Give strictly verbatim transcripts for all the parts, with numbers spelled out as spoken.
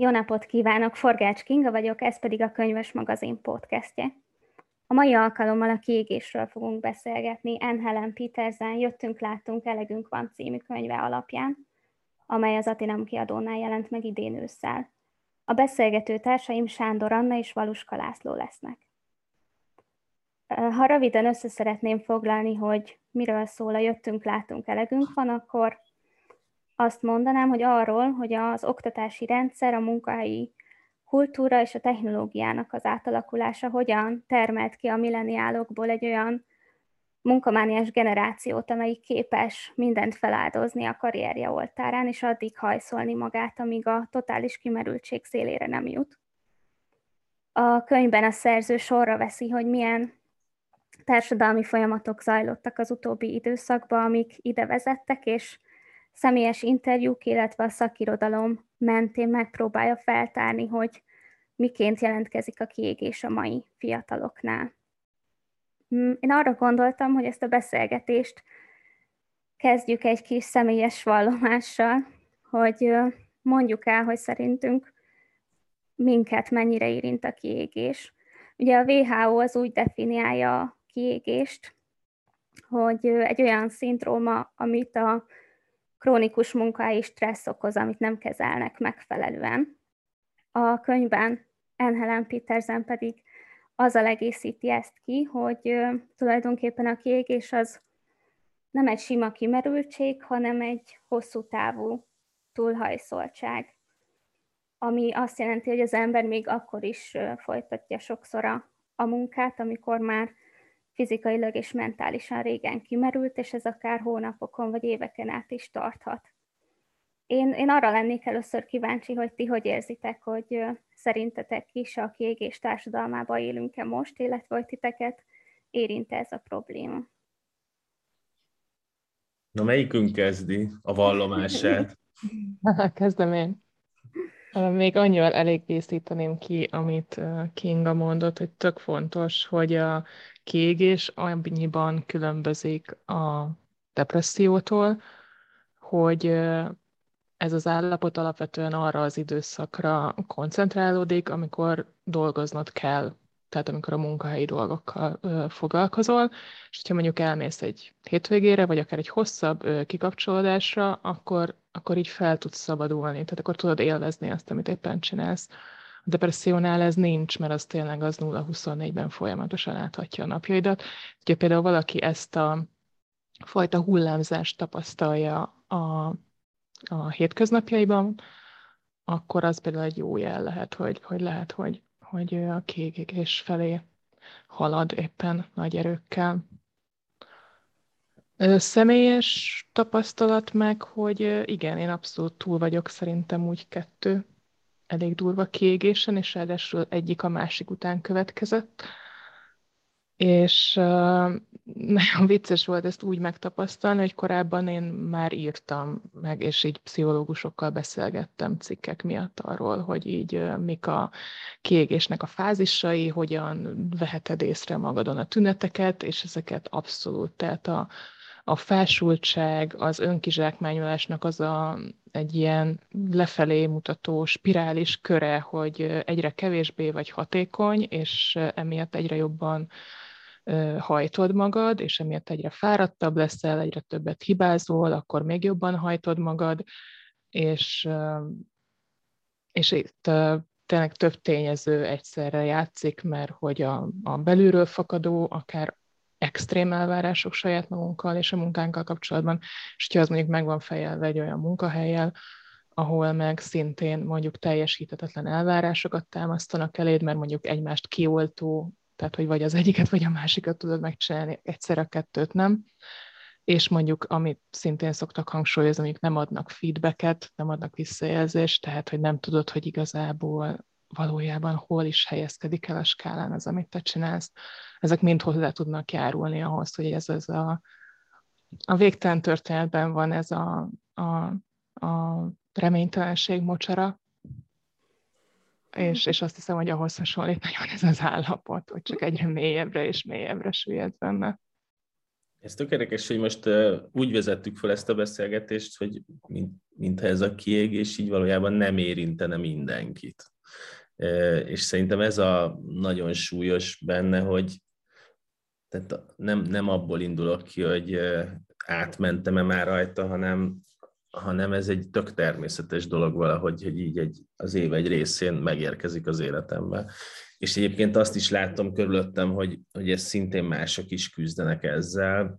Jó napot kívánok, Forgács Kinga vagyok, ez pedig a Könyves Magazin podcastje. A mai alkalommal a kiégésről fogunk beszélgetni Anne Helen Petersen Jöttünk, láttunk, elegünk van című könyve alapján, amely az Atinam kiadónál jelent meg idén ősszel. A beszélgető társaim Sándor Anna és Valuska László lesznek. Ha röviden össze szeretném foglalni, hogy miről szól a Jöttünk, látunk, elegünk van, akkor azt mondanám, hogy arról, hogy az oktatási rendszer, a munkahelyi kultúra és a technológiának az átalakulása hogyan termelt ki a milleniálokból egy olyan munkamániás generációt, amelyik képes mindent feláldozni a karrierje oltárán, és addig hajszolni magát, amíg a totális kimerültség szélére nem jut. A könyvben a szerző sorra veszi, hogy milyen társadalmi folyamatok zajlottak az utóbbi időszakban, amik ide vezettek, és személyes interjúk, illetve a szakirodalom mentén megpróbálja feltárni, hogy miként jelentkezik a kiégés a mai fiataloknál. Én arra gondoltam, hogy ezt a beszélgetést kezdjük egy kis személyes vallomással, hogy mondjuk el, hogy szerintünk minket mennyire érint a kiégés. Ugye a dupla vé há ó az úgy definiálja a kiégést, hogy egy olyan szindróma, amit a krónikus munkahelyi stressz okoz, amit nem kezelnek megfelelően. A könyvben Anne Helen Petersen pedig azzal egészíti ezt ki, hogy tulajdonképpen a kiégés az nem egy sima kimerültség, hanem egy hosszú távú túlhajszoltság, ami azt jelenti, hogy az ember még akkor is folytatja sokszor a, a munkát, amikor már fizikailag és mentálisan régen kimerült, és ez akár hónapokon vagy éveken át is tarthat. Én, én arra lennék először kíváncsi, hogy ti hogy érzitek, hogy szerintetek is a kiégés társadalmában élünk-e most, illetve hogy titeket érint ez a probléma. Na, melyikünk kezdi a vallomását? Kezdem én. Még annyival elég készíteném ki, amit Kinga mondott, hogy tök fontos, hogy a kiégés annyiban különbözik a depressziótól, hogy ez az állapot alapvetően arra az időszakra koncentrálódik, amikor dolgoznod kell, tehát amikor a munkahelyi dolgokkal ö, foglalkozol, és ha mondjuk elmész egy hétvégére, vagy akár egy hosszabb ö, kikapcsolódásra, akkor, akkor így fel tudsz szabadulni, tehát akkor tudod élvezni azt, amit éppen csinálsz. A depressziónál ez nincs, mert az tényleg az nulla huszonnégyben folyamatosan áthatja a napjaidat. Úgyhogy például valaki ezt a fajta hullámzást tapasztalja a a hétköznapjaiban, akkor az például egy jó jel lehet, hogy, hogy lehet, hogy, hogy a kiégés felé halad éppen nagy erőkkel. Személyes tapasztalat meg, hogy igen, én abszolút túl vagyok szerintem úgy kettő elég durva kiégésen, és ráadásul egyik a másik után következett. És uh, nagyon vicces volt ezt úgy megtapasztalni, hogy korábban én már írtam meg, és így pszichológusokkal beszélgettem cikkek miatt arról, hogy így uh, mik a kiégésnek a fázisai, hogyan veheted észre magadon a tüneteket, és ezeket abszolút, tehát a, a fásultság, az önkizsákmányolásnak az a, egy ilyen lefelé mutató spirális köre, hogy egyre kevésbé vagy hatékony, és emiatt egyre jobban hajtod magad, és emiatt egyre fáradtabb leszel, egyre többet hibázol, akkor még jobban hajtod magad, és, és itt tényleg több tényező egyszerre játszik, mert hogy a, a belülről fakadó, akár extrém elvárások saját magunkkal és a munkánkkal kapcsolatban, és ha az mondjuk meg van fejelve egy olyan munkahellyel, ahol meg szintén mondjuk teljesíthetetlen elvárásokat támasztanak eléd, mert mondjuk egymást kioltó, tehát hogy vagy az egyiket, vagy a másikat tudod megcsinálni, egyszer a kettőt nem. És mondjuk, amit szintén szoktak hangsúlyozni, mondjuk nem adnak feedbacket, nem adnak visszajelzést, tehát hogy nem tudod, hogy igazából valójában hol is helyezkedik el a skálán az, amit te csinálsz. Ezek mind hozzá tudnak járulni ahhoz, hogy ez az a, a végtelen történetben van ez a, a, a reménytelenség mocsara, És, és azt hiszem, hogy ahhoz hasonlít nagyon ez az állapot, hogy csak egyre mélyebbre és mélyebbre süllyed benne. Ez tök érdekes, hogy most uh, úgy vezettük fel ezt a beszélgetést, hogy mint mintha ez a kiégés így valójában nem érintene mindenkit. És szerintem ez a nagyon súlyos benne, hogy tehát nem, nem abból indulok ki, hogy átmentem-e már rajta, hanem, hanem ez egy tök természetes dolog valahogy, hogy így egy, az év egy részén megérkezik az életembe. És egyébként azt is látom körülöttem, hogy, hogy ez szintén mások is küzdenek ezzel,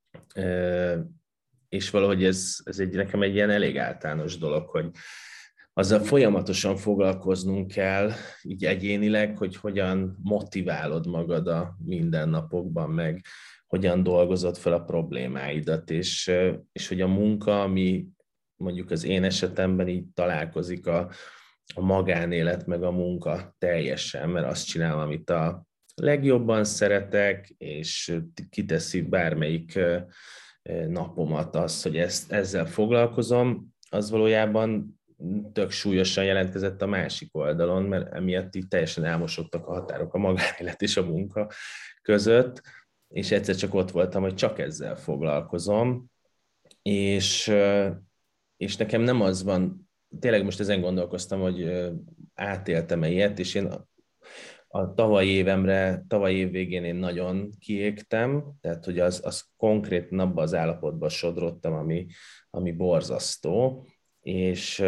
és valahogy ez, ez egy, nekem egy ilyen elég általános dolog, hogy azzal folyamatosan foglalkoznunk kell, így egyénileg, hogy hogyan motiválod magad a mindennapokban, meg hogyan dolgozod fel a problémáidat, és, és hogy a munka, ami mondjuk az én esetemben így találkozik a, a magánélet, meg a munka teljesen, mert azt csinálom, amit a legjobban szeretek, és kiteszi bármelyik napomat az, hogy ezt, ezzel foglalkozom, az valójában tök súlyosan jelentkezett a másik oldalon, mert emiatt így teljesen elmosodtak a határok a magánélet és a munka között, és egyszer csak ott voltam, hogy csak ezzel foglalkozom, és, és nekem nem az van, tényleg most ezen gondolkoztam, hogy átéltem-e ilyet, és én a tavalyi évemre, tavalyi év végén én nagyon kiégtem, tehát hogy az, az konkrétan abban az állapotban sodrottam, ami, ami borzasztó, és,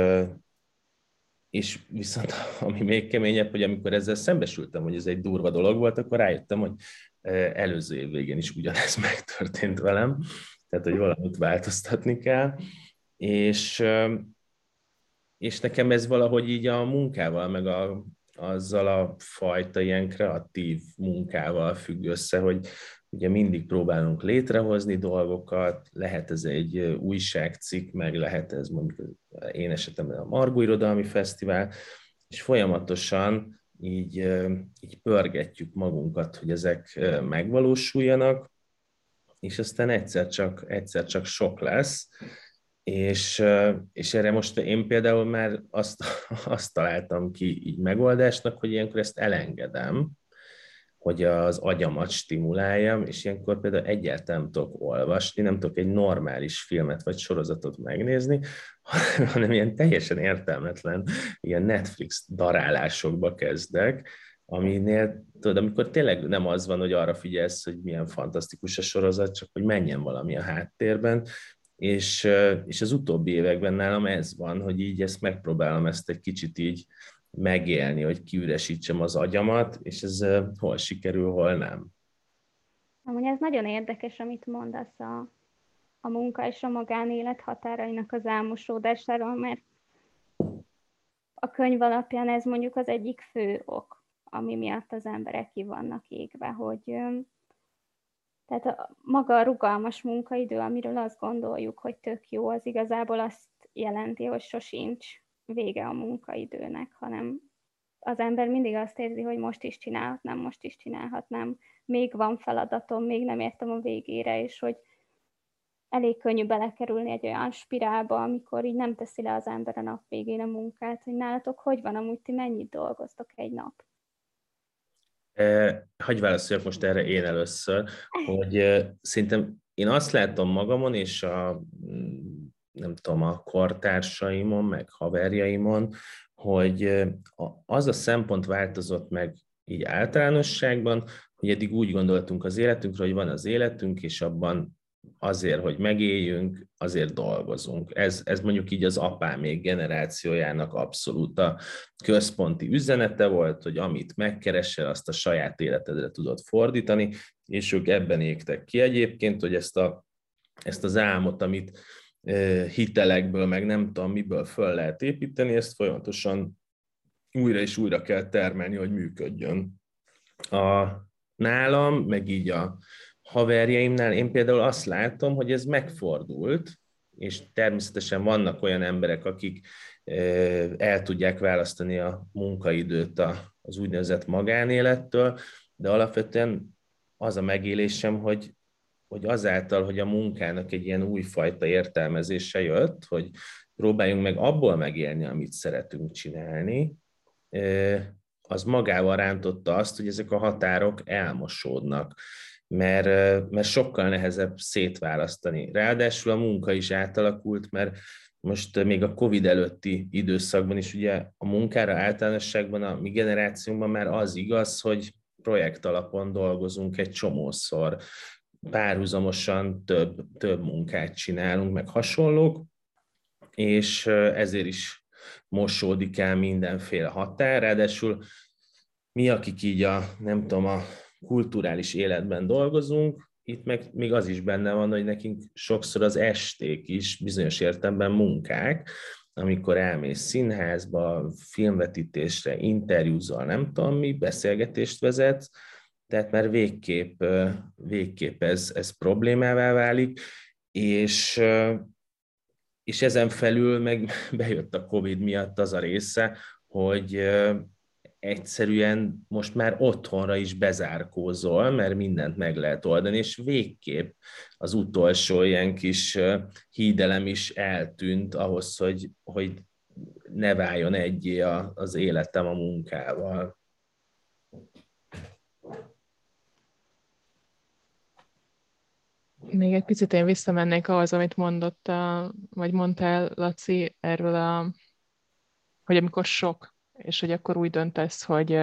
és viszont ami még keményebb, hogy amikor ezzel szembesültem, hogy ez egy durva dolog volt, akkor rájöttem, hogy előző év végén is ugyanez megtörtént velem, tehát hogy valamit változtatni kell, és, és nekem ez valahogy így a munkával, meg a, azzal a fajta ilyen kreatív munkával függ össze, hogy ugye mindig próbálunk létrehozni dolgokat, lehet ez egy újságcikk, meg lehet ez mondjuk én esetemben a Margó Irodalmi Fesztivál, és folyamatosan így, így pörgetjük magunkat, hogy ezek megvalósuljanak, és aztán egyszer csak, egyszer csak sok lesz, és, és erre most én például már azt, azt találtam ki így megoldásnak, hogy ilyenkor ezt elengedem, hogy az agyamat stimuláljam, és ilyenkor például egyáltalán nem tudok olvasni, nem tudok egy normális filmet vagy sorozatot megnézni, hanem ilyen teljesen értelmetlen, ilyen Netflix darálásokba kezdek, aminél, tudod, amikor tényleg nem az van, hogy arra figyelsz, hogy milyen fantasztikus a sorozat, csak hogy menjen valami a háttérben, és, és az utóbbi években nálam ez van, hogy így ezt megpróbálom ezt egy kicsit így megélni, hogy kiüresítsem az agyamat, és ez hol sikerül, hol nem. Amúgy ez nagyon érdekes, amit mondasz a, a munka és a magánélet határainak az elmosódásáról, mert a könyv alapján ez mondjuk az egyik fő ok, ami miatt az emberek ki vannak égve, hogy tehát a, maga a rugalmas munkaidő, amiről azt gondoljuk, hogy tök jó, az igazából azt jelenti, hogy sosincs vége a munkaidőnek, hanem az ember mindig azt érzi, hogy most is csinálhatnám, most is csinálhatnám, még van feladatom, még nem értem a végére, és hogy elég könnyű belekerülni egy olyan spirálba, amikor így nem teszi le az ember a nap végén a munkát, hogy nálatok hogy van, amúgy ti mennyit dolgoztok egy nap? Eh, hagyj válaszoljak most erre én először, hogy eh, szerintem én azt látom magamon, és a nem tudom, a kortársaimon, meg haverjaimon, hogy az a szempont változott meg így általánosságban, hogy eddig úgy gondoltunk az életünkről, hogy van az életünk, és abban azért, hogy megéljünk, azért dolgozunk. Ez, ez mondjuk így az apámék generációjának abszolút a központi üzenete volt, hogy amit megkeresel, azt a saját életedre tudod fordítani, és ők ebben égtek ki egyébként, hogy ezt, a, ezt az álmot, amit hitelekből, meg nem tudom miből föl lehet építeni, ezt folyamatosan újra és újra kell termelni, hogy működjön. A, nálam, meg így a haverjaimnál én például azt látom, hogy ez megfordult, és természetesen vannak olyan emberek, akik el tudják választani a munkaidőt az úgynevezett magánélettől, de alapvetően az a megélésem, hogy hogy azáltal, hogy a munkának egy ilyen újfajta értelmezése jött, hogy próbáljunk meg abból megélni, amit szeretünk csinálni, az magával rántotta azt, hogy ezek a határok elmosódnak. mert, mert sokkal nehezebb szétválasztani. Ráadásul a munka is átalakult, mert most még a Covid előtti időszakban is ugye a munkára általánosságban a mi generációnkban már az igaz, hogy projekt alapon dolgozunk egy csomószor, párhuzamosan több, több munkát csinálunk, meg hasonlók, és ezért is mosódik el mindenféle határ, ráadásul mi, akik így a, nem tudom, a kulturális életben dolgozunk, itt meg még az is benne van, hogy nekünk sokszor az esték is bizonyos értelemben munkák, amikor elmész színházba, filmvetítésre, interjúzol, nem tudom mi, beszélgetést vezetsz, tehát már végképp, végképp ez, ez problémává válik, és, és ezen felül meg bejött a Covid miatt az a része, hogy egyszerűen most már otthonra is bezárkózol, mert mindent meg lehet oldani, és végképp az utolsó ilyen kis hídelem is eltűnt ahhoz, hogy, hogy ne váljon egyé az életem a munkával. Még egy picit én visszamennék ahhoz, amit mondott, vagy mondtál, Laci, erről a, hogy amikor sok, és hogy akkor úgy döntesz, hogy,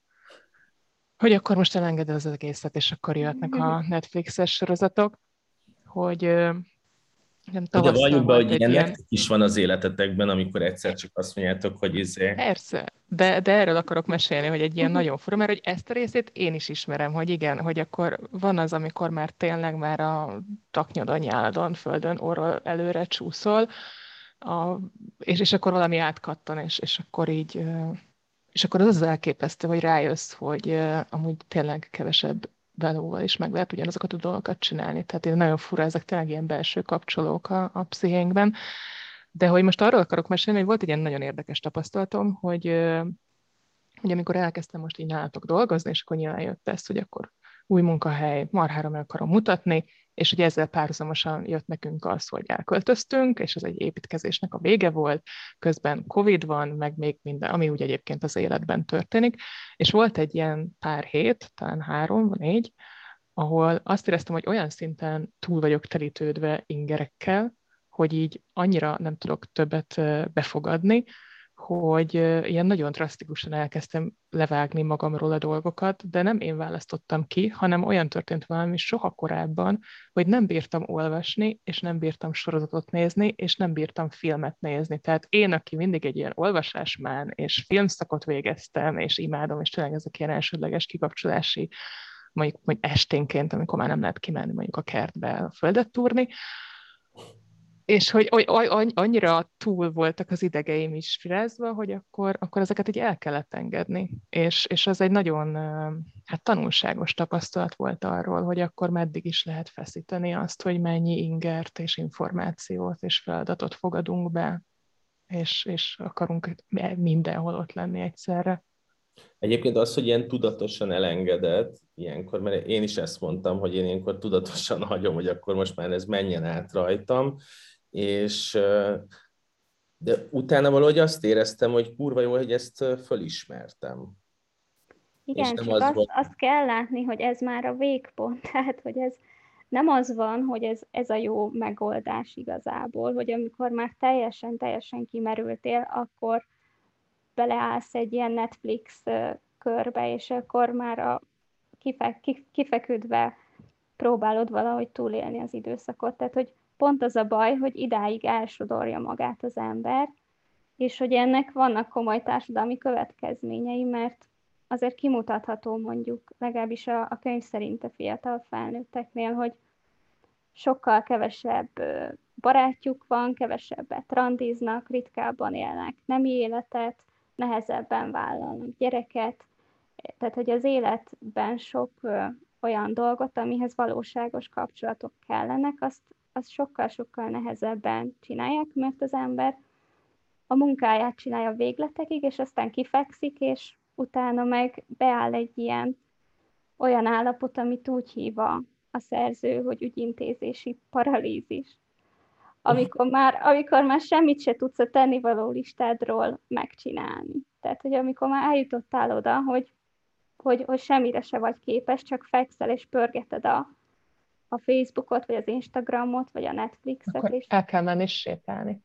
hogy akkor most elengeded az egészet, és akkor jöhetnek a Netflixes sorozatok, hogy nem Ugye tavasszal valljuk be, volt hogy egy ilyen ilyen... is van az életetekben, amikor egyszer csak azt mondjátok, hogy izé... Persze, de, de erről akarok mesélni, hogy egy ilyen nagyon fura, mert hogy ezt a részét én is ismerem, hogy igen, hogy akkor van az, amikor már tényleg már a taknyodon, nyáladon, földön, orról előre csúszol, a, és, és akkor valami átkattan, és, és akkor így... És akkor az az elképesztő, hogy rájössz, hogy uh, amúgy tényleg kevesebb belóval is meg lehet ugyanazokat a dolgokat csinálni. Tehát én nagyon fura, ezek tényleg ilyen belső kapcsolók a, a pszichénkben. De hogy most arról akarok mesélni, hogy volt egy ilyen nagyon érdekes tapasztalatom, hogy, uh, hogy amikor elkezdtem most így nálatok dolgozni, és akkor nyilván jött ez, hogy akkor új munkahely, marhára meg akarom mutatni, és ugye ezzel párhuzamosan jött nekünk az, hogy elköltöztünk, és ez egy építkezésnek a vége volt, közben Covid van, meg még minden, ami úgy egyébként az életben történik, és volt egy ilyen pár hét, talán három, vagy négy, ahol azt éreztem, hogy olyan szinten túl vagyok telítődve ingerekkel, hogy így annyira nem tudok többet befogadni, hogy ilyen nagyon drasztikusan elkezdtem levágni magamról a dolgokat, de nem én választottam ki, hanem olyan történt valami soha korábban, hogy nem bírtam olvasni, és nem bírtam sorozatot nézni, és nem bírtam filmet nézni. Tehát én, aki mindig egy ilyen olvasásmán, és filmszakot végeztem, és imádom, és tényleg ezek ilyen elsődleges kikapcsolási, mondjuk, mondjuk esténként, amikor már nem lehet kimenni mondjuk a kertbe a földet túrni, és hogy annyira túl voltak az idegeim is firázva, hogy akkor, akkor ezeket így el kellett engedni. És, és az egy nagyon hát tanulságos tapasztalat volt arról, hogy akkor meddig is lehet feszíteni azt, hogy mennyi ingert és információt és feladatot fogadunk be, és, és akarunk mindenhol ott lenni egyszerre. Egyébként az, hogy ilyen tudatosan elengedett ilyenkor, mert én is ezt mondtam, hogy én ilyenkor tudatosan hagyom, hogy akkor most már ez menjen át rajtam, és de utána valahogy azt éreztem, hogy kurva jó, hogy ezt fölismertem. Igen, csak azt, volt... azt kell látni, hogy ez már a végpont, tehát hogy ez nem az van, hogy ez, ez a jó megoldás igazából, hogy amikor már teljesen, teljesen kimerültél, akkor beleállsz egy ilyen Netflix körbe, és akkor már a kife, kifeküdve próbálod valahogy túlélni az időszakot. Tehát, hogy pont az a baj, hogy idáig elsodorja magát az ember, és hogy ennek vannak komoly társadalmi következményei, mert azért kimutatható mondjuk, legalábbis a, a könyv szerint a fiatal felnőtteknél, hogy sokkal kevesebb barátjuk van, kevesebbet randiznak, ritkábban élnek nemi életet, nehezebben vállalnak gyereket, tehát hogy az életben sok olyan dolgot, amihez valóságos kapcsolatok kellenek, azt, azt sokkal-sokkal nehezebben csinálják, mert az ember a munkáját csinálja végletekig, és aztán kifekszik, és utána meg beáll egy ilyen olyan állapot, amit úgy hív a, a szerző, hogy ügyintézési paralízis. Amikor már, amikor már semmit se tudsz a tennivaló listádról megcsinálni. Tehát, hogy amikor már eljutottál oda, hogy hogy, hogy semmire se vagy képes, csak fekszel és pörgeted a, a Facebookot, vagy az Instagramot, vagy a Netflixet. Akkor és... el kell menni sétálni.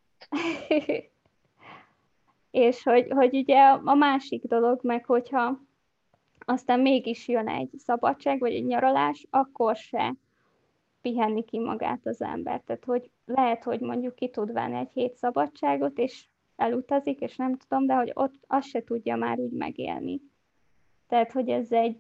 És hogy, hogy ugye a másik dolog meg, hogyha aztán mégis jön egy szabadság, vagy egy nyaralás, akkor se pihenni ki magát az ember. Tehát, hogy lehet, hogy mondjuk ki tud venni egy hét szabadságot, és elutazik, és nem tudom, de hogy ott azt se tudja már úgy megélni. Tehát, hogy ez egy...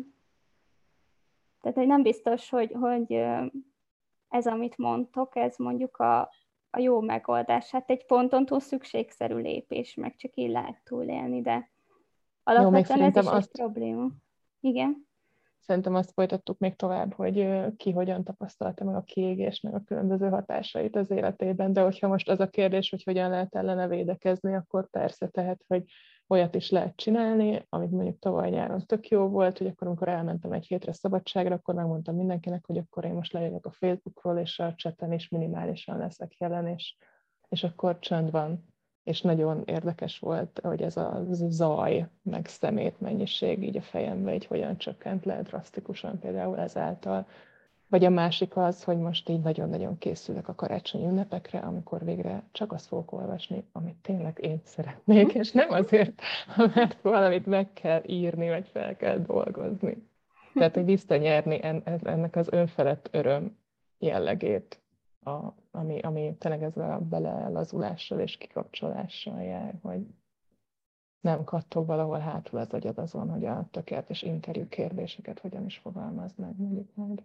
Tehát, hogy nem biztos, hogy, hogy ez, amit mondtok, ez mondjuk a, a jó megoldás. Hát egy ponton túl szükségszerű lépés, meg csak így lehet túlélni, de alapvetően jó, ez is azt... egy probléma. Igen. Szerintem azt folytattuk még tovább, hogy ki hogyan tapasztalta meg a kiégés, meg a különböző hatásait az életében, de hogyha most az a kérdés, hogy hogyan lehet ellene védekezni, akkor persze tehát, hogy olyat is lehet csinálni, amit mondjuk tavaly nyáron tök jó volt, hogy akkor, amikor elmentem egy hétre szabadságra, akkor megmondtam mindenkinek, hogy akkor én most lejövök a Facebookról, és a chaten is minimálisan leszek jelen, és, és akkor csönd van. És nagyon érdekes volt, hogy ez a zaj, meg szemét mennyiség így a fejembe, így hogyan csökkent le drasztikusan például ezáltal. Vagy a másik az, hogy most így nagyon-nagyon készülök a karácsonyi ünnepekre, amikor végre csak azt fogok olvasni, amit tényleg én szeretnék, és nem azért, mert valamit meg kell írni, vagy fel kell dolgozni. Tehát, hogy visszanyerni ennek az önfelett öröm jellegét, a, ami, ami tényleg ezzel a belelazulással és kikapcsolással jár, hogy nem kattog valahol hátul az agyad azon, hogy a tökéletes interjú kérdéseket hogyan is fogalmazd meg, mondjuk majd.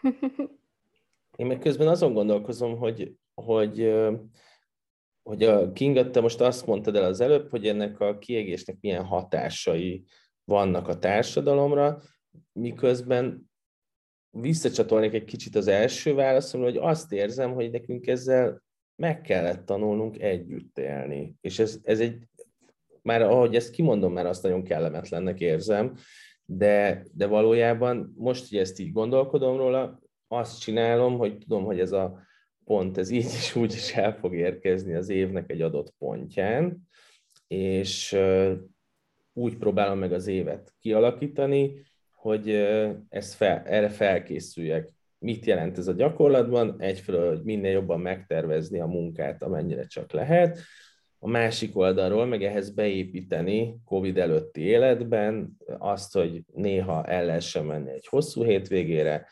Én meg közben azon gondolkozom, hogy, hogy, hogy a Kinga, te most azt mondtad el az előbb, hogy ennek a kiégésnek milyen hatásai vannak a társadalomra, miközben visszacsatolnék egy kicsit az első válaszomra, hogy azt érzem, hogy nekünk ezzel meg kellett tanulnunk együtt élni. És ez, ez egy, már ahogy ezt kimondom, már azt nagyon kellemetlennek érzem, de, de valójában most, hogy ezt így gondolkodom róla, azt csinálom, hogy tudom, hogy ez a pont, ez így is úgy is el fog érkezni az évnek egy adott pontján, és úgy próbálom meg az évet kialakítani, hogy ezt fel, erre felkészüljek. Mit jelent ez a gyakorlatban? Egyfelől, hogy minél jobban megtervezni a munkát, amennyire csak lehet. A másik oldalról meg ehhez beépíteni Covid előtti életben azt, hogy néha el lehessen menni egy hosszú hétvégére,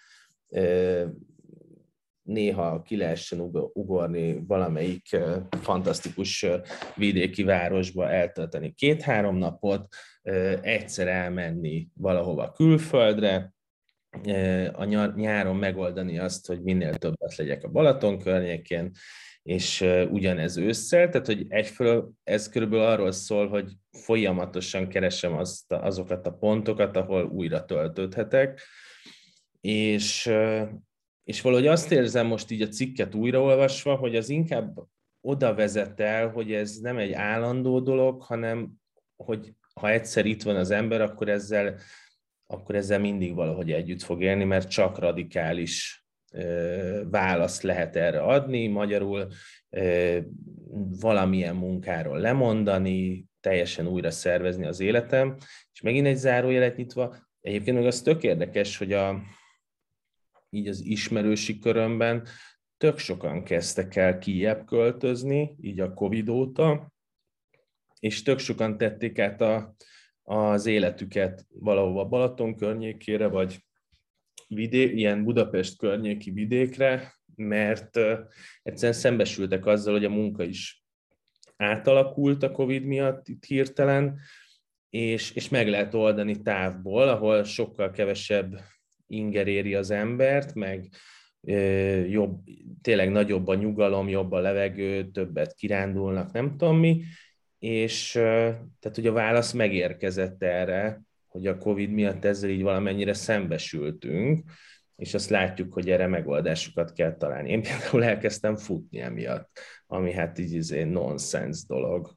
néha ki lehessen ugorni valamelyik fantasztikus vidéki városba, eltölteni két-három napot, egyszer elmenni valahova külföldre, a nyáron megoldani azt, hogy minél többet legyek a Balaton környékén, és ugyanez ősszel, tehát hogy egyfelől ez körülbelül arról szól, hogy folyamatosan keresem azt, azokat a pontokat, ahol újra töltődhetek, és És valahogy azt érzem most így a cikket újraolvasva, hogy az inkább oda vezet el, hogy ez nem egy állandó dolog, hanem hogy ha egyszer itt van az ember, akkor ezzel, akkor ezzel mindig valahogy együtt fog élni, mert csak radikális ö, választ lehet erre adni, magyarul ö, valamilyen munkáról lemondani, teljesen újra szervezni az életem. És megint egy zárójelet nyitva, egyébként meg az tök érdekes, hogy a így az ismerősi körömben tök sokan kezdtek el kijebb költözni, így a Covid óta, és tök sokan tették át a, az életüket valahova Balaton környékére, vagy vidé, ilyen Budapest környéki vidékre, mert uh, egyszerűen szembesültek azzal, hogy a munka is átalakult a Covid miatt itt hirtelen, és, és meg lehet oldani távból, ahol sokkal kevesebb inger éri az embert, meg jobb, tényleg nagyobb a nyugalom, jobb a levegő, többet kirándulnak, nem tudom mi, és tehát, hogy a válasz megérkezett erre, hogy a Covid miatt ezzel így valamennyire szembesültünk, és azt látjuk, hogy erre megoldásokat kell találni. Én például elkezdtem futni emiatt, ami hát így egy nonsens dolog.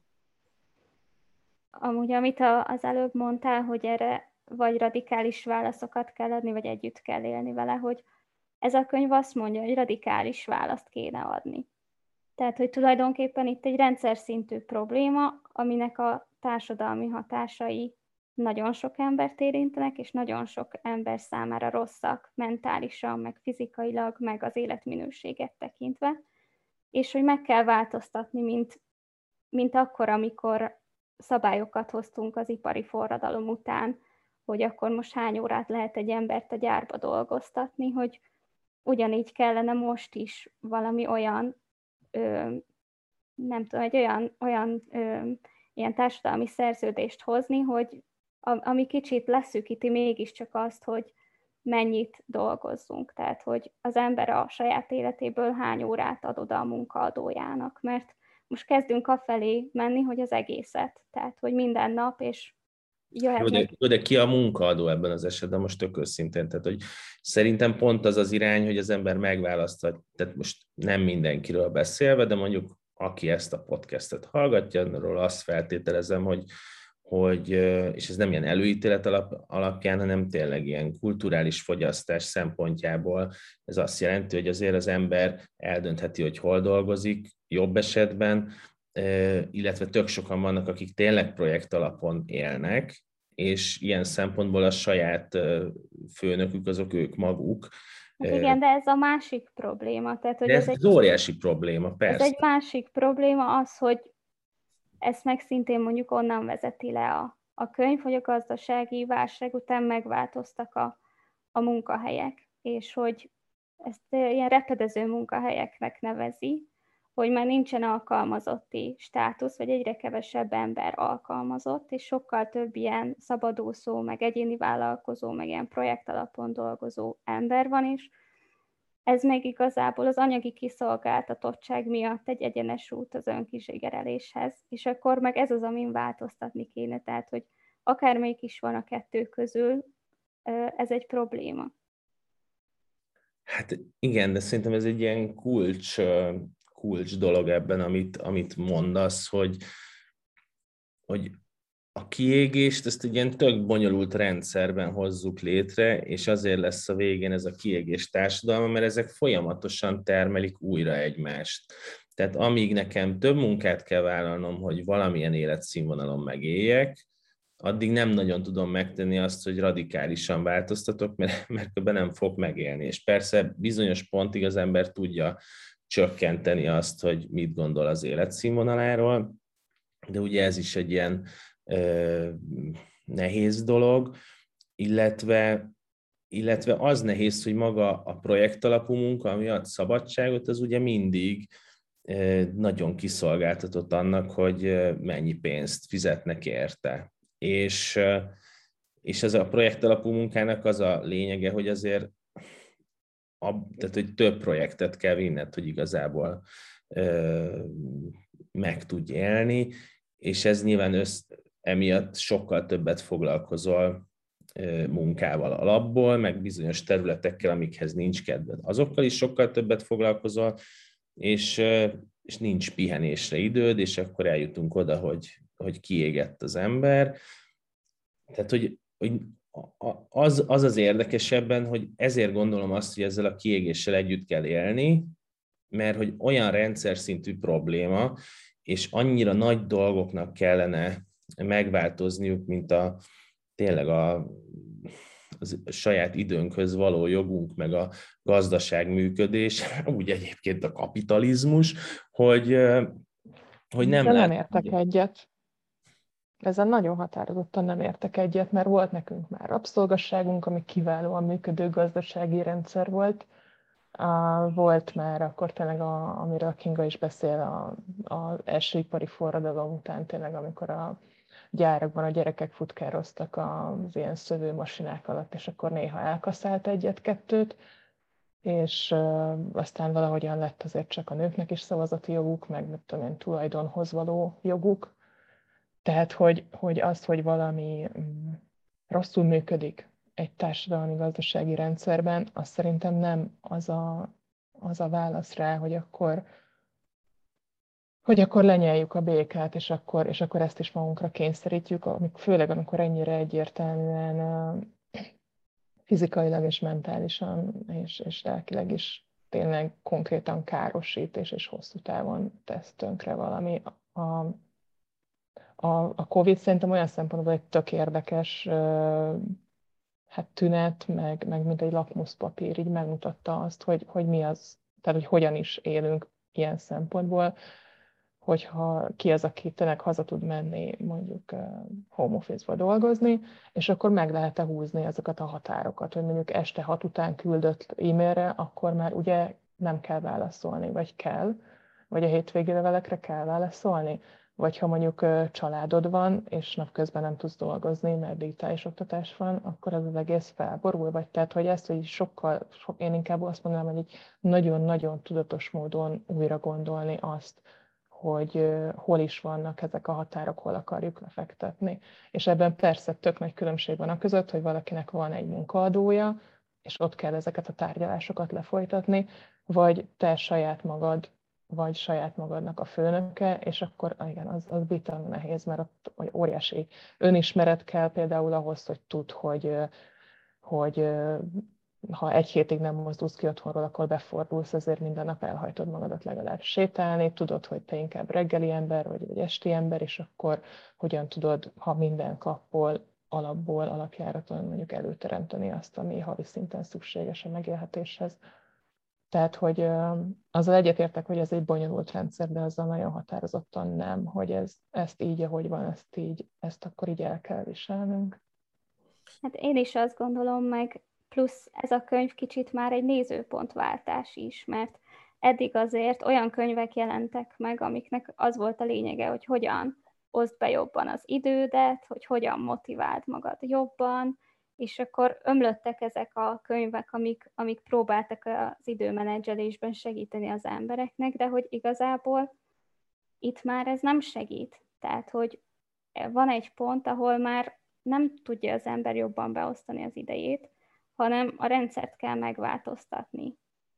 Amúgy, amit az előbb mondtál, hogy erre vagy radikális válaszokat kell adni, vagy együtt kell élni vele, hogy ez a könyv azt mondja, hogy radikális választ kéne adni. Tehát, hogy tulajdonképpen itt egy rendszer szintű probléma, aminek a társadalmi hatásai nagyon sok embert érintenek, és nagyon sok ember számára rosszak mentálisan, meg fizikailag, meg az életminőséget tekintve, és hogy meg kell változtatni, mint, mint akkor, amikor szabályokat hoztunk az ipari forradalom után, hogy akkor most hány órát lehet egy embert a gyárba dolgoztatni, hogy ugyanígy kellene most is valami olyan, ö, nem tudom, egy olyan, olyan ö, ilyen társadalmi szerződést hozni, hogy ami kicsit leszűkíti mégiscsak azt, hogy mennyit dolgozzunk. Tehát, hogy az ember a saját életéből hány órát ad oda a munkaadójának, mert most kezdünk afelé menni, hogy az egészet. Tehát, hogy minden nap, és Jó, de, jó, de ki a munkaadó ebben az esetben, most tök őszintén. Tehát, hogy szerintem pont az az irány, hogy az ember megválaszthat, tehát most nem mindenkiről beszélve, de mondjuk aki ezt a podcastet hallgatja, arról azt feltételezem, hogy, hogy, és ez nem ilyen előítélet alap, alapján, hanem tényleg ilyen kulturális fogyasztás szempontjából ez azt jelenti, hogy azért az ember eldöntheti, hogy hol dolgozik, jobb esetben, illetve tök sokan vannak, akik tényleg projekt alapon élnek, és ilyen szempontból a saját főnökük azok ők maguk. Hát igen, de ez a másik probléma. Tehát, hogy de ez, ez egy egy, óriási probléma, persze. Ez egy másik probléma az, hogy ezt meg szintén mondjuk onnan vezeti le a, a könyv, hogy a gazdasági válság után megváltoztak a, a munkahelyek, és hogy ezt ilyen repedező munkahelyeknek nevezi, hogy már nincsen alkalmazotti státusz, vagy egyre kevesebb ember alkalmazott, és sokkal több ilyen szabadúszó, meg egyéni vállalkozó, meg ilyen projekt alapon dolgozó ember van is. Ez még igazából az anyagi kiszolgáltatottság miatt egy egyenes út az önkizsigereléshez, és akkor meg ez az, amin változtatni kéne, tehát hogy akármelyik is van a kettő közül, ez egy probléma. Hát igen, de szerintem ez egy ilyen kulcs, kulcs dolog ebben, amit, amit mondasz, hogy, hogy a kiégést ezt egy ilyen tök bonyolult rendszerben hozzuk létre, és azért lesz a végén ez a kiégés társadalma, mert ezek folyamatosan termelik újra egymást. Tehát amíg nekem több munkát kell vállalnom, hogy valamilyen életszínvonalon megéljek, addig nem nagyon tudom megtenni azt, hogy radikálisan változtatok, mert, mert ebben nem fog megélni. És persze bizonyos pontig az ember tudja csökkenteni azt, hogy mit gondol az életszínvonaláról, de ugye ez is egy ilyen ö, nehéz dolog, illetve, illetve az nehéz, hogy maga a projektalapú munka, ami ad szabadságot, az ugye mindig ö, nagyon kiszolgáltatott annak, hogy mennyi pénzt fizetnek érte. És, és ez a projektalapú munkának az a lényege, hogy azért a, tehát, hogy több projektet kell vinned, hogy igazából ö, meg tudj élni, és ez nyilván össz, emiatt sokkal többet foglalkozol ö, munkával alapból, meg bizonyos területekkel, amikhez nincs kedved. Azokkal is sokkal többet foglalkozol, és, ö, és nincs pihenésre időd, és akkor eljutunk oda, hogy, hogy kiégett az ember. Tehát, hogy, hogy az, az az érdekesebben, hogy ezért gondolom azt, hogy ezzel a kiégéssel együtt kell élni, mert hogy olyan rendszer szintű probléma, és annyira nagy dolgoknak kellene megváltozniuk, mint a tényleg a, a saját időnkhöz való jogunk, meg a gazdaság működés, úgy egyébként a kapitalizmus, hogy, hogy nem De lát... nem értek egyet. Ezen nagyon határozottan nem értek egyet, mert volt nekünk már rabszolgasságunk, ami kiválóan működő gazdasági rendszer volt. Volt már akkor tényleg, a, amiről a Kinga is beszél, az első ipari forradalom után tényleg, amikor a gyárakban a gyerekek futkároztak az ilyen szövőmasinák alatt, és akkor néha elkaszált egyet-kettőt, és uh, aztán valahogyan lett azért csak a nőknek is szavazati joguk, meg nem tudom én, tulajdonhoz való joguk. Tehát, hogy, hogy az, hogy valami um, rosszul működik egy társadalmi-gazdasági rendszerben, az szerintem nem az a, az a válasz rá, hogy akkor, hogy akkor lenyeljük a békát, és akkor, és akkor ezt is magunkra kényszerítjük, amik, főleg amikor ennyire egyértelműen uh, fizikailag és mentálisan és, és lelkileg is tényleg konkrétan károsít és, és hosszú távon tesz tönkre valami. A, A, a Covid szerintem olyan szempontból egy tök érdekes hát tünet, meg, meg mint egy lakmuszpapír, így megmutatta azt, hogy, hogy mi az, tehát hogy hogyan is élünk ilyen szempontból, hogyha ki az, aki tényleg haza tud menni mondjuk home office-ba dolgozni, és akkor meg lehet-e húzni ezeket a határokat, hogy mondjuk este hat után küldött e-mailre, akkor már ugye nem kell válaszolni, vagy kell, vagy a hétvégi levelekre kell válaszolni, vagy ha mondjuk családod van, és napközben nem tudsz dolgozni, mert digitális oktatás van, akkor az az egész felborul, vagy tehát, hogy ezt, hogy sokkal, sok, én inkább azt mondanám, hogy így nagyon-nagyon tudatos módon újra gondolni azt, hogy hol is vannak ezek a határok, hol akarjuk lefektetni. És ebben persze tök nagy különbség van a között, hogy valakinek van egy munkaadója, és ott kell ezeket a tárgyalásokat lefolytatni, vagy te saját magad, vagy saját magadnak a főnöke, és akkor igen, az, az bitanul nehéz, mert ott óriási önismeret kell például ahhoz, hogy tudd, hogy, hogy ha egy hétig nem mozdulsz ki otthonról, akkor befordulsz, ezért minden nap elhajtod magadat legalább sétálni, tudod, hogy te inkább reggeli ember vagy, vagy esti ember, és akkor hogyan tudod, ha minden kapból, alapból, alapjáraton mondjuk előteremteni azt, ami havi szinten szükséges a megélhetéshez. Tehát, hogy azzal egyetértek, hogy ez egy bonyolult rendszer, de azzal nagyon határozottan nem, hogy ez, ezt így, ahogy van, ezt így, ezt akkor így el kell viselnünk. Hát én is azt gondolom, meg plusz ez a könyv kicsit már egy nézőpontváltás is, mert eddig azért olyan könyvek jelentek meg, amiknek az volt a lényege, hogy hogyan oszd be jobban az idődet, hogy hogyan motiváld magad jobban, és akkor ömlöttek ezek a könyvek, amik, amik próbáltak az időmenedzselésben segíteni az embereknek, de hogy igazából itt már ez nem segít. Tehát, hogy van egy pont, ahol már nem tudja az ember jobban beosztani az idejét, hanem a rendszert kell megváltoztatni.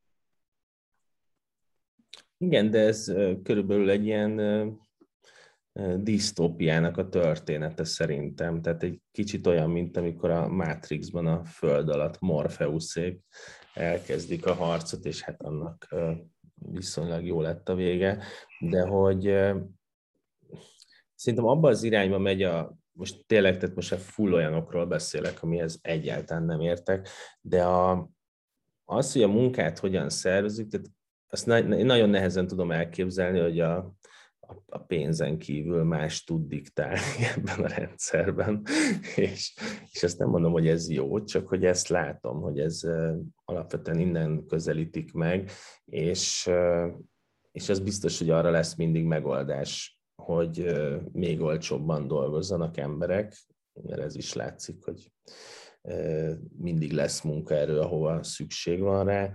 Igen, de ez körülbelül egy ilyen disztópiának a története szerintem. Tehát egy kicsit olyan, mint amikor a Matrixban a föld alatt Morpheuszék elkezdik a harcot, és hát annak viszonylag jó lett a vége. De hogy szerintem abban az irányba megy a, most tényleg, tehát most a full olyanokról beszélek, amihez egyáltalán nem értek, de a, az, hogy a munkát hogyan szervezik, tehát azt nagyon nehezen tudom elképzelni, hogy a, a pénzen kívül más tud diktálni ebben a rendszerben, és, és azt nem mondom, hogy ez jó, csak hogy ezt látom, hogy ez alapvetően innen közelítik meg, és, és az biztos, hogy arra lesz mindig megoldás, hogy még olcsóbban dolgozzanak emberek, mert ez is látszik, hogy mindig lesz munkaerő, ahova szükség van rá.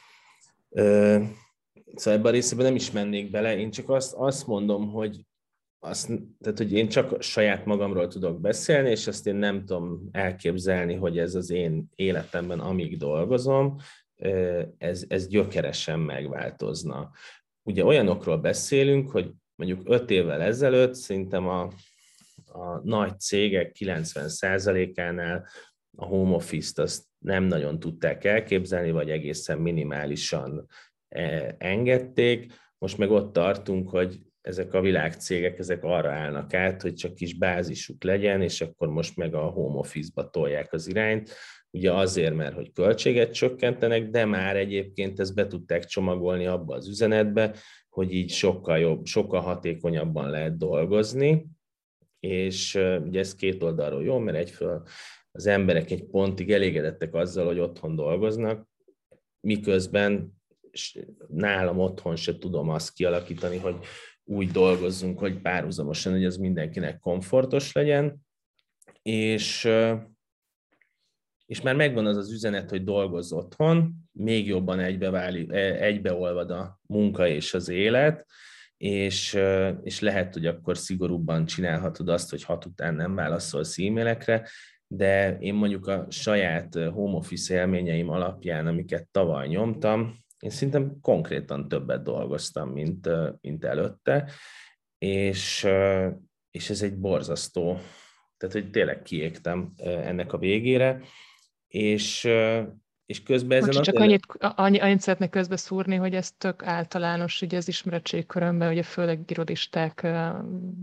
Szóval ebben a részében nem is mennék bele, én csak azt, azt mondom, hogy, azt, tehát, hogy én csak saját magamról tudok beszélni, és azt én nem tudom elképzelni, hogy ez az én életemben, amíg dolgozom, ez, ez gyökeresen megváltozna. Ugye olyanokról beszélünk, hogy mondjuk öt évvel ezelőtt szerintem a, a nagy cégek kilencven százalékánál a home office-t azt nem nagyon tudták elképzelni, vagy egészen minimálisan engedték. Most meg ott tartunk, hogy ezek a világcégek ezek arra állnak át, hogy csak kis bázisuk legyen, és akkor most meg a home office-ba tolják az irányt. Ugye azért, mert hogy költséget csökkentenek, de már egyébként ezt be tudták csomagolni abba az üzenetbe, hogy így sokkal jobb, sokkal hatékonyabban lehet dolgozni, és ugye ez két oldalról jó, mert egyfelől az emberek egy pontig elégedettek azzal, hogy otthon dolgoznak, miközben nálam otthon se tudom azt kialakítani, hogy úgy dolgozzunk, hogy párhuzamosan, hogy az mindenkinek komfortos legyen, és, és már megvan az az üzenet, hogy dolgozz otthon, még jobban egybeválik, egybeolvad a munka és az élet, és, és lehet, hogy akkor szigorúbban csinálhatod azt, hogy hat után nem válaszolsz e-mailekre, de én mondjuk a saját home office élményeim alapján, amiket tavaly nyomtam, én szerintem konkrétan többet dolgoztam, mint, mint előtte, és, és ez egy borzasztó, tehát hogy tényleg kiégtem ennek a végére, és, és közben ezen... Bocsi, csak annyit, annyi, annyit szeretnék közbeszúrni, hogy ez tök általános, ugye az ismeretségkörömben, ugye főleg irodisták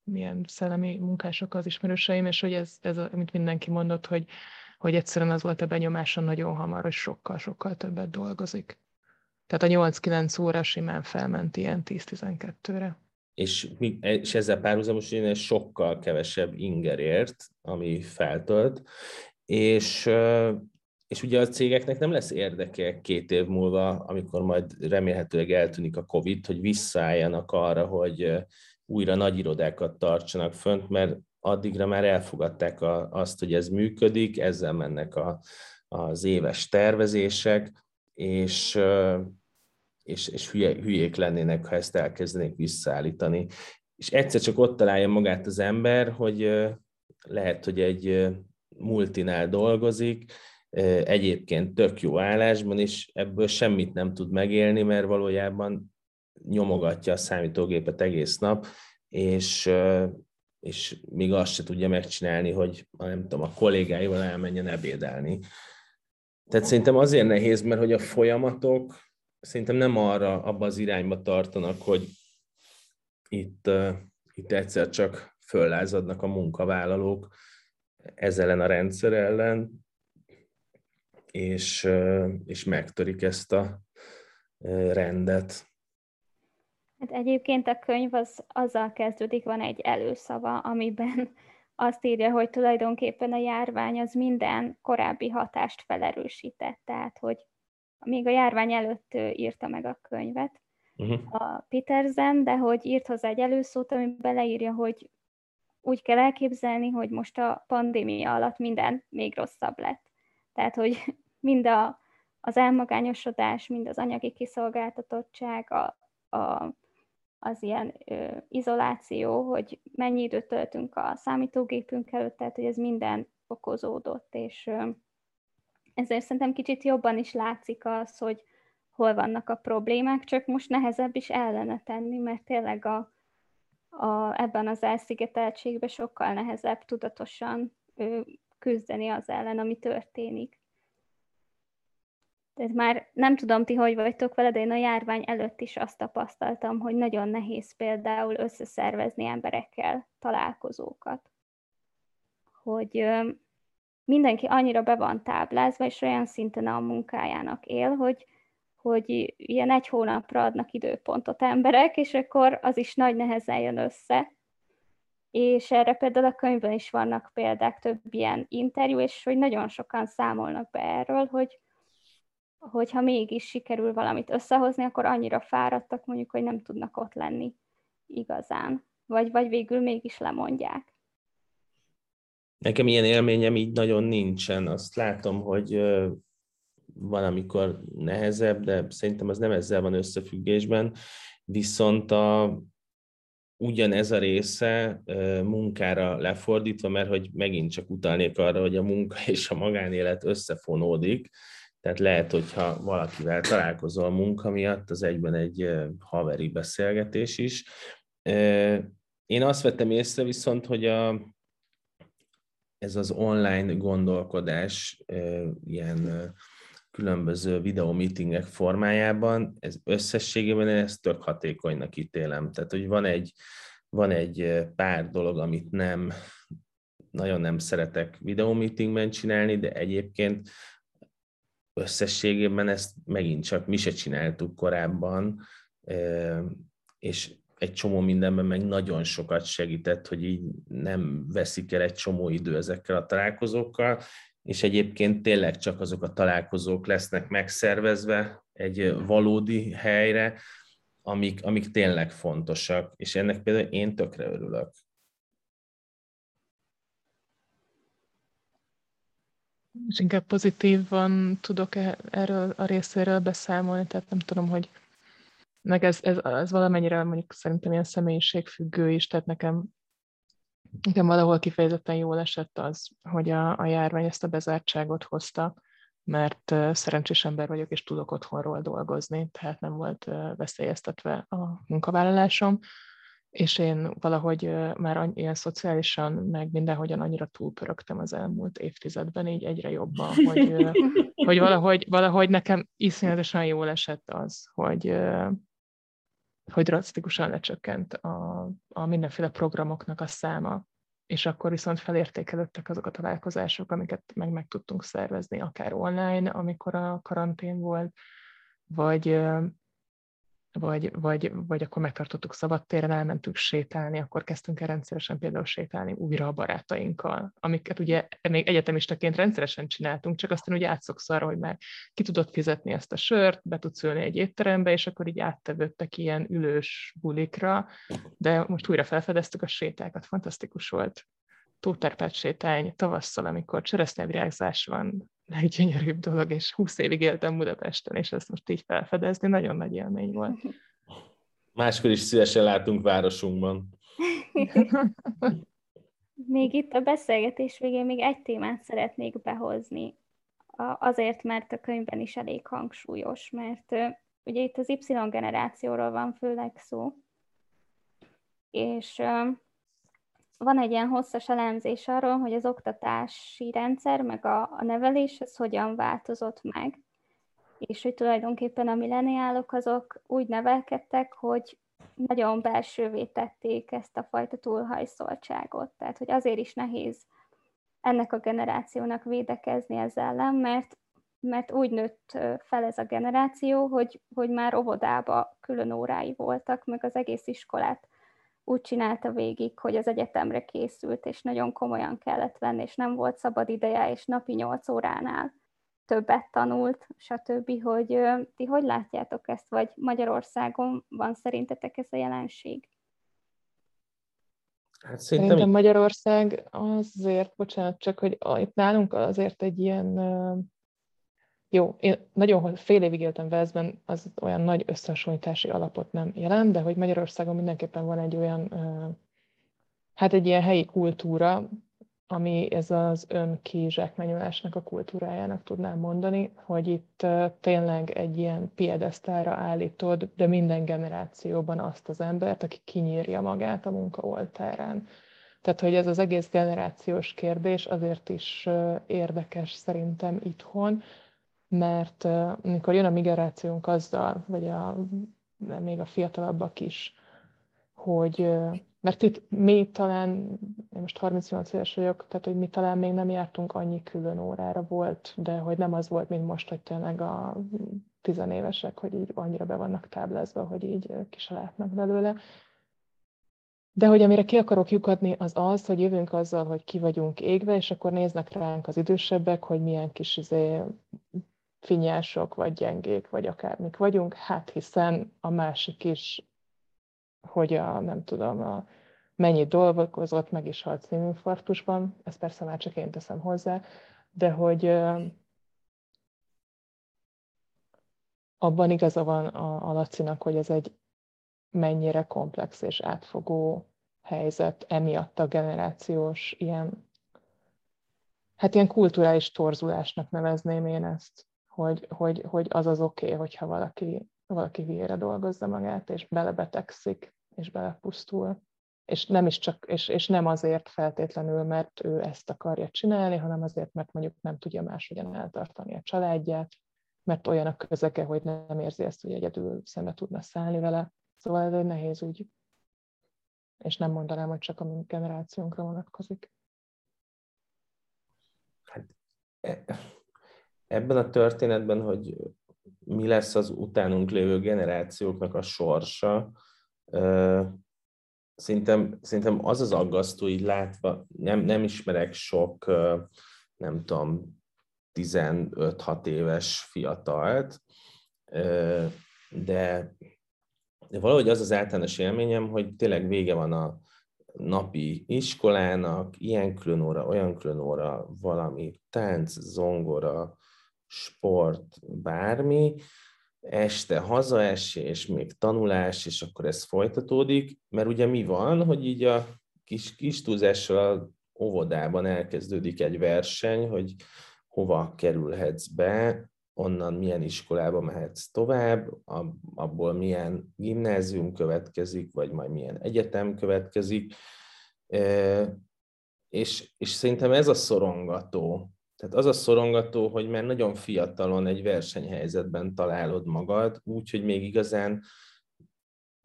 milyen szellemi munkások az ismerőseim, és hogy ez, ez amit mindenki mondott, hogy, hogy egyszerűen az volt a benyomása nagyon hamar, hogy sokkal-sokkal többet dolgozik. Tehát a nyolc-kilenc óra simán felment ilyen tíz-tizenkettőre. És, és ezzel párhuzamosan egy sokkal kevesebb ingerért, ami feltölt, és, és ugye a cégeknek nem lesz érdeke két év múlva, amikor majd remélhetőleg eltűnik a Covid, hogy visszaálljanak arra, hogy újra nagy irodákat tartsanak fönt, mert addigra már elfogadták a, azt, hogy ez működik, ezzel mennek a, az éves tervezések, és és, és hülye, hülyék lennének, ha ezt elkezdenék visszaállítani. És egyszer csak ott találja magát az ember, hogy lehet, hogy egy multinál dolgozik, egyébként tök jó állásban, és ebből semmit nem tud megélni, mert valójában nyomogatja a számítógépet egész nap, és, és még azt se tudja megcsinálni, hogy nem tudom, a kollégáival elmenjen ebédelni. Tehát szerintem azért nehéz, mert hogy a folyamatok szerintem nem arra, abba az irányba tartanak, hogy itt, uh, itt egyszer csak föllázadnak a munkavállalók ez ellen a rendszer ellen, és, uh, és megtörik ezt a uh, rendet. Hát egyébként a könyv az azzal kezdődik, van egy előszava, amiben azt írja, hogy tulajdonképpen a járvány az minden korábbi hatást felerősített, tehát hogy még a járvány előtt írta meg a könyvet uh-huh. a Petersen, de hogy írt hozzá egy előszót, ami beleírja, hogy úgy kell elképzelni, hogy most a pandémia alatt minden még rosszabb lett. Tehát, hogy mind a, az elmagányosodás, mind az anyagi kiszolgáltatottság, a, a, az ilyen ö, izoláció, hogy mennyi időt töltünk a számítógépünk előtt, tehát, hogy ez minden fokozódott, és ö, ezért szerintem kicsit jobban is látszik az, hogy hol vannak a problémák, csak most nehezebb is ellene tenni, mert tényleg a, a, ebben az elszigeteltségben sokkal nehezebb tudatosan ő, küzdeni az ellen, ami történik. Tehát már nem tudom, ti hogy vagytok vele, de én a járvány előtt is azt tapasztaltam, hogy nagyon nehéz például összeszervezni emberekkel találkozókat. Hogy ö, mindenki annyira be van táblázva, és olyan szinten a munkájának él, hogy, hogy ilyen egy hónapra adnak időpontot emberek, és akkor az is nagy nehezen jön össze. És erre például a könyvben is vannak példák, több ilyen interjú, és hogy nagyon sokan számolnak be erről, hogy hogyha mégis sikerül valamit összehozni, akkor annyira fáradtak mondjuk, hogy nem tudnak ott lenni igazán. Vagy, vagy végül mégis lemondják. Nekem ilyen élményem így nagyon nincsen. Azt látom, hogy van, amikor nehezebb, de szerintem az nem ezzel van összefüggésben. Viszont a, ugyanez a része munkára lefordítva, mert hogy megint csak utalnék arra, hogy a munka és a magánélet összefonódik. Tehát lehet, hogyha valakivel találkozol a munka miatt, az egyben egy haveri beszélgetés is. Én azt vettem észre viszont, hogy a ez az online gondolkodás ilyen különböző videómeetingek formájában, ez összességében ezt tök hatékonynak ítélem. Tehát, hogy van egy, van egy pár dolog, amit nem, nagyon nem szeretek videómeetingben csinálni, de egyébként összességében ezt megint csak mi se csináltuk korábban, és egy csomó mindenben meg nagyon sokat segített, hogy így nem veszik el egy csomó idő ezekkel a találkozókkal, és egyébként tényleg csak azok a találkozók lesznek megszervezve egy valódi helyre, amik, amik tényleg fontosak, és ennek például én tökre örülök. És inkább pozitívan tudok erről a részéről beszámolni, tehát nem tudom, hogy meg ez, ez, ez valamennyire mondjuk szerintem ilyen személyiségfüggő is, tehát nekem, nekem valahol kifejezetten jól esett az, hogy a, a járvány ezt a bezártságot hozta, mert uh, szerencsés ember vagyok, és tudok otthonról dolgozni, tehát nem volt uh, veszélyeztetve a munkavállalásom, és én valahogy uh, már ilyen szociálisan, meg mindenhogyan annyira túlpörögtem az elmúlt évtizedben, így egyre jobban, hogy, uh, hogy valahogy, valahogy nekem iszonyatosan jól esett az, hogy uh, hogy drasztikusan lecsökkent a, a mindenféle programoknak a száma, és akkor viszont felértékelődtek azok a találkozások, amiket meg meg tudtunk szervezni, akár online, amikor a karantén volt, vagy, vagy, vagy, vagy akkor megtartottuk szabadtéren, elmentünk sétálni, akkor kezdtünk el rendszeresen például sétálni újra a barátainkkal, amiket ugye még egyetemistaként rendszeresen csináltunk, csak aztán ugye átszoksz arra, hogy már ki tudod fizetni ezt a sört, be tudsz ülni egy étterembe, és akkor így áttevődtek ilyen ülős bulikra, de most újra felfedeztük a sétákat, fantasztikus volt. Tóterpát sétány tavasszal, amikor cseresznyevirágzás van, leggyönyörűbb dolog, és húsz évig éltem Budapesten, és ezt most így felfedezni, nagyon nagy élmény volt. Máskor is szívesen látunk városunkban. Még itt a beszélgetés végén még egy témát szeretnék behozni. Azért, mert a könyvben is elég hangsúlyos, mert ugye itt az Y generációról van főleg szó, és van egy ilyen hosszas elemzés arról, hogy az oktatási rendszer, meg a, a nevelés, ez hogyan változott meg, és hogy tulajdonképpen a milleniálok azok úgy nevelkedtek, hogy nagyon belsővé tették ezt a fajta túlhajszoltságot. Tehát, hogy azért is nehéz ennek a generációnak védekezni ezzel ellen, mert, mert úgy nőtt fel ez a generáció, hogy, hogy már óvodába külön órái voltak, meg az egész iskolát úgy csinálta végig, hogy az egyetemre készült, és nagyon komolyan kellett venni, és nem volt szabad ideje, és napi nyolc óránál többet tanult, stb. Hogy ti hogy látjátok ezt, vagy Magyarországon van szerintetek ez a jelenség? Hát szerintem, szerintem Magyarország azért, bocsánat, csak hogy itt nálunk azért egy ilyen, jó, én nagyon fél évig éltem Velszben, az olyan nagy összehasonlítási alapot nem jelent, de hogy Magyarországon mindenképpen van egy olyan, hát egy ilyen helyi kultúra, ami ez az önkizsákmányolásnak a kultúrájának tudnám mondani, hogy itt tényleg egy ilyen piedesztálra állítod, de minden generációban azt az embert, aki kinyírja magát a munka oltárán. Tehát, hogy ez az egész generációs kérdés azért is érdekes szerintem itthon, mert amikor jön a mi generációnk azzal, vagy a, még a fiatalabbak is, hogy, mert itt mi talán, én most harmincnyolc éves vagyok, tehát hogy mi talán még nem jártunk annyi külön órára volt, de hogy nem az volt, mint most, hogy tényleg a tizenévesek, hogy így annyira be vannak táblázva, hogy így ki se látnak belőle. De hogy amire ki akarok lyukadni, az az, hogy jövünk azzal, hogy ki vagyunk égve, és akkor néznek ránk az idősebbek, hogy milyen kis izé, finnyások, vagy gyengék, vagy akármik vagyunk, hát hiszen a másik is, hogy a, nem tudom, a mennyit dolgozott, meg is halt szívinfarktusban, ezt persze már csak én teszem hozzá, de hogy abban igaza van a, a Lacinak, hogy ez egy mennyire komplex és átfogó helyzet, emiatt a generációs ilyen, hát ilyen kulturális torzulásnak nevezném én ezt, hogy, hogy, hogy az az oké, okay, hogyha valaki, valaki hülyére dolgozza magát, és belebetegszik, és belepusztul. És nem, is csak, és, és nem azért feltétlenül, mert ő ezt akarja csinálni, hanem azért, mert mondjuk nem tudja máshogyan eltartani a családját, mert olyan a közege, hogy nem érzi ezt, hogy egyedül szembe tudna szállni vele. Szóval ez egy nehéz ügy. És nem mondanám, hogy csak a mi generációnkra vonatkozik. Hát ebben a történetben, hogy mi lesz az utánunk lévő generációknak a sorsa, szerintem, szerintem az az aggasztó, így látva, nem, nem ismerek sok, nem tudom, tizenöt-hat éves fiatalt, de De valahogy az az általános élményem, hogy tényleg vége van a napi iskolának, ilyen külön óra, olyan külön óra, valami tánc, zongora, sport, bármi, este hazaesés, még tanulás, és akkor ez folytatódik, mert ugye mi van, hogy így a kis, kis túlzással az óvodában elkezdődik egy verseny, hogy hova kerülhetsz be, onnan milyen iskolába mehetsz tovább, abból milyen gimnázium következik, vagy majd milyen egyetem következik, és, és szerintem ez a szorongató. Tehát az a szorongató, hogy már nagyon fiatalon egy versenyhelyzetben találod magad, úgyhogy még igazán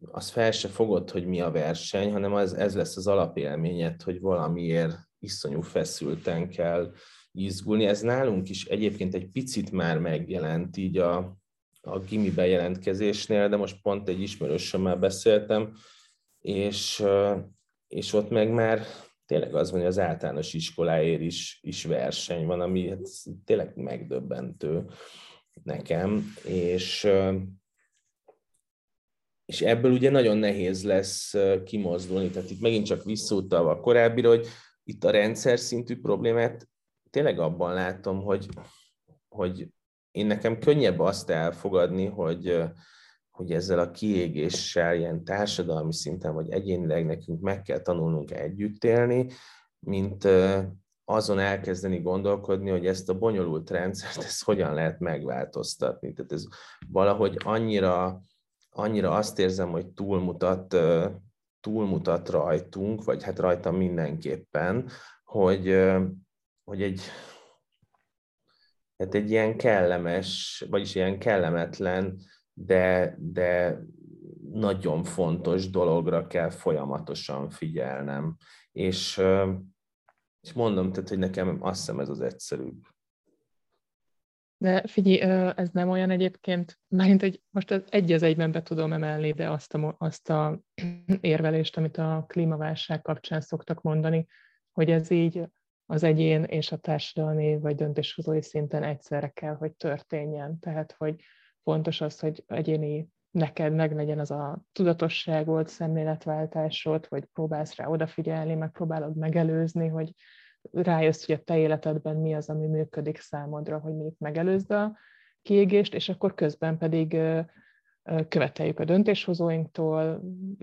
De figyelj, ez nem olyan egyébként, mert egy, most az egy az egyben be tudom emelni, de azt a, azt a érvelést, amit a klímaválság kapcsán szoktak mondani, hogy ez így az egyén és a társadalmi vagy döntéshozói szinten egyszerre kell, hogy történjen. Tehát, hogy fontos az, hogy egyéni neked meglegyen az a tudatosságod, szemléletváltásod, hogy próbálsz rá odafigyelni, meg próbálod megelőzni, hogy rájössz, hogy a te életedben mi az, ami működik számodra, hogy mondjuk megelőzd a kiégést, és akkor közben pedig követeljük a döntéshozóinktól,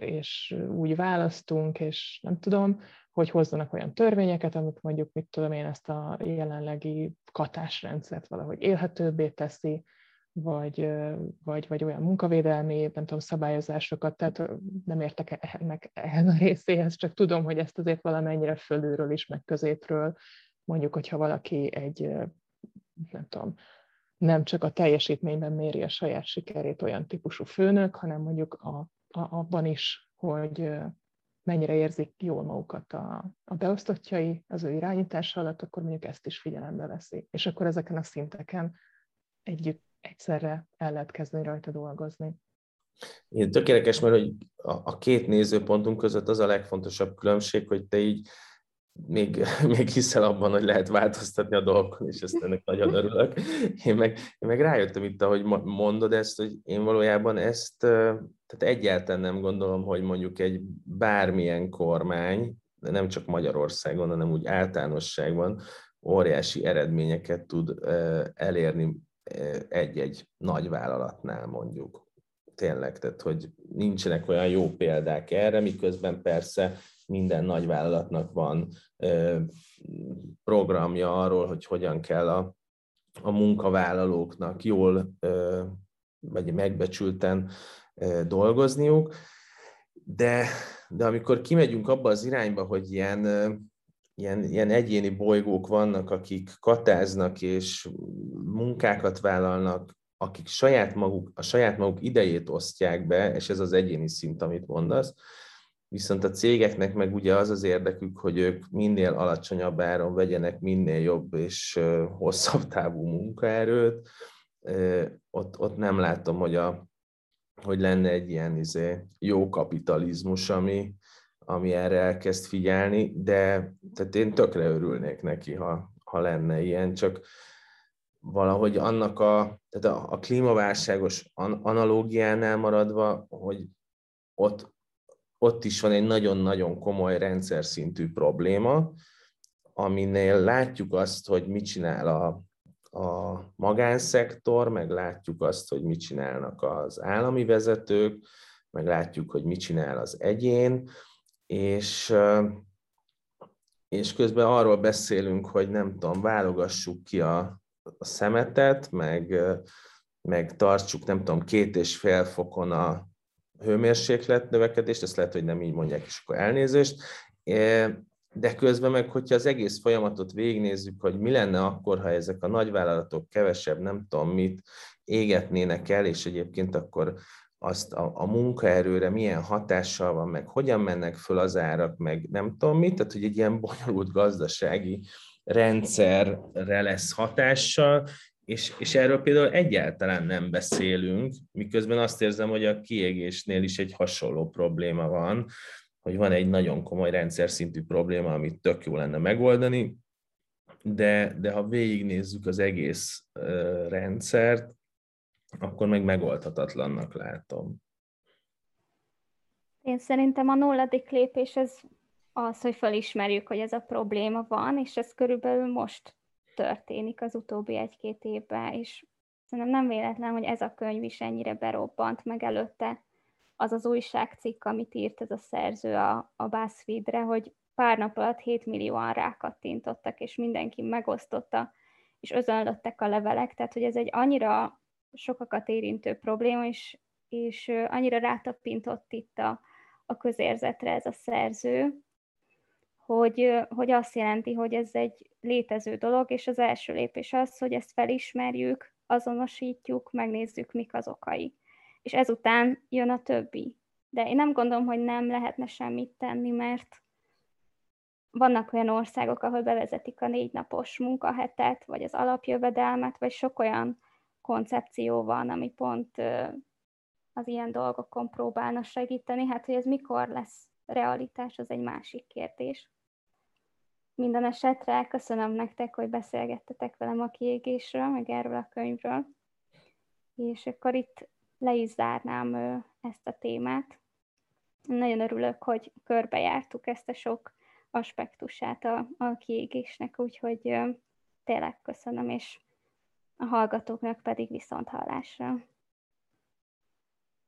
és úgy választunk, és nem tudom, hogy hozzanak olyan törvényeket, amik mondjuk, mit tudom én, ezt a jelenlegi katásrendszert valahogy élhetőbbé teszi, vagy, vagy, vagy olyan munkavédelmi, nem tudom, szabályozásokat, tehát nem értek ennek ehhez a részéhez, csak tudom, hogy ezt azért valamennyire fölülről is, meg középről, mondjuk, hogyha valaki egy, nem tudom, nem csak a teljesítményben méri a saját sikerét olyan típusú főnök, hanem mondjuk a, a, abban is, hogy mennyire érzik jól magukat a, a beosztottjai az ő irányítása alatt, akkor mondjuk ezt is figyelembe veszi. És akkor ezeken a szinteken együtt egyszerre el lehet kezdeni rajta dolgozni. Én tökéletes, mert hogy a, a két nézőpontunk között az a legfontosabb különbség, hogy te így még, még hiszel abban, hogy lehet változtatni a dolgokon, és ezt ennek nagyon örülök. Én meg, én meg rájöttem itt, ahogy mondod ezt, hogy én valójában ezt, tehát egyáltalán nem gondolom, hogy mondjuk egy bármilyen kormány, de nem csak Magyarországon, hanem úgy általánosságban óriási eredményeket tud elérni egy-egy nagy vállalatnál mondjuk. Tényleg, tehát hogy nincsenek olyan jó példák erre, miközben persze minden nagyvállalatnak van programja arról, hogy hogyan kell a, a munkavállalóknak jól vagy megbecsülten dolgozniuk, de, de amikor kimegyünk abba az irányba, hogy ilyen, ilyen, ilyen egyéni bolygók vannak, akik katáznak és munkákat vállalnak, akik saját maguk, a saját maguk idejét osztják be, és ez az egyéni szint, amit mondasz, viszont a cégeknek meg ugye az az érdekük, hogy ők minél alacsonyabb áron vegyenek minél jobb és hosszabb távú munkaerőt. Ott, ott nem látom, hogy, a, hogy lenne egy ilyen izé, jó kapitalizmus, ami, ami erre elkezd figyelni, de tehát én tökre örülnék neki, ha, ha lenne ilyen, csak valahogy annak a, tehát a, a klímaválságos analógiánál maradva, hogy ott, ott is van egy nagyon-nagyon komoly rendszer szintű probléma, aminél látjuk azt, hogy mit csinál a, a magánszektor, meg látjuk azt, hogy mit csinálnak az állami vezetők, meg látjuk, hogy mit csinál az egyén, és, és közben arról beszélünk, hogy nem tudom, válogassuk ki a, a szemetet, meg, meg tartsuk, nem tudom, két és fél fokon a hőmérséklet növekedést, ezt lehet, hogy nem így mondják, és akkor elnézést, de közben meg, hogyha az egész folyamatot végignézzük, hogy mi lenne akkor, ha ezek a nagyvállalatok kevesebb, nem tudom mit, égetnének el, és egyébként akkor azt a, a munkaerőre milyen hatással van, meg hogyan mennek föl az árak, meg nem tudom mit, tehát hogy egy ilyen bonyolult gazdasági rendszerre lesz hatással, és, és erről például egyáltalán nem beszélünk, miközben azt érzem, hogy a kiégésnél is egy hasonló probléma van, hogy van egy nagyon komoly rendszer szintű probléma, amit tök jó lenne megoldani, de, de ha végignézzük az egész uh, rendszert, akkor meg megoldhatatlannak látom. Én szerintem a nulladik lépés az az, hogy felismerjük, hogy ez a probléma van, és ez körülbelül most történik az utóbbi egy-két évben, és szerintem nem véletlen, hogy ez a könyv is ennyire berobbant, meg előtte az az újságcikk, amit írt ez a szerző a, a BuzzFeedre, hogy pár nap alatt hét millióan rákattintottak, és mindenki megosztotta, és özönlöttek a levelek, tehát hogy ez egy annyira sokakat érintő probléma, és, és annyira rátapintott itt a, a közérzetre ez a szerző, hogy, hogy azt jelenti, hogy ez egy létező dolog, és az első lépés az, hogy ezt felismerjük, azonosítjuk, megnézzük, mik az okai. És ezután jön a többi. De én nem gondolom, hogy nem lehetne semmit tenni, mert vannak olyan országok, ahol bevezetik a négy napos munkahetet, vagy az alapjövedelmet, vagy sok olyan koncepció van, ami pont az ilyen dolgokon próbálna segíteni. Hát, hogy ez mikor lesz realitás, az egy másik kérdés. Minden esetre köszönöm nektek, hogy beszélgettetek velem a kiégésről, meg erről a könyvről. És akkor itt le is zárnám ezt a témát. Nagyon örülök, hogy körbejártuk ezt a sok aspektusát a, a kiégésnek, úgyhogy tényleg köszönöm, és a hallgatóknak pedig viszonthallásra.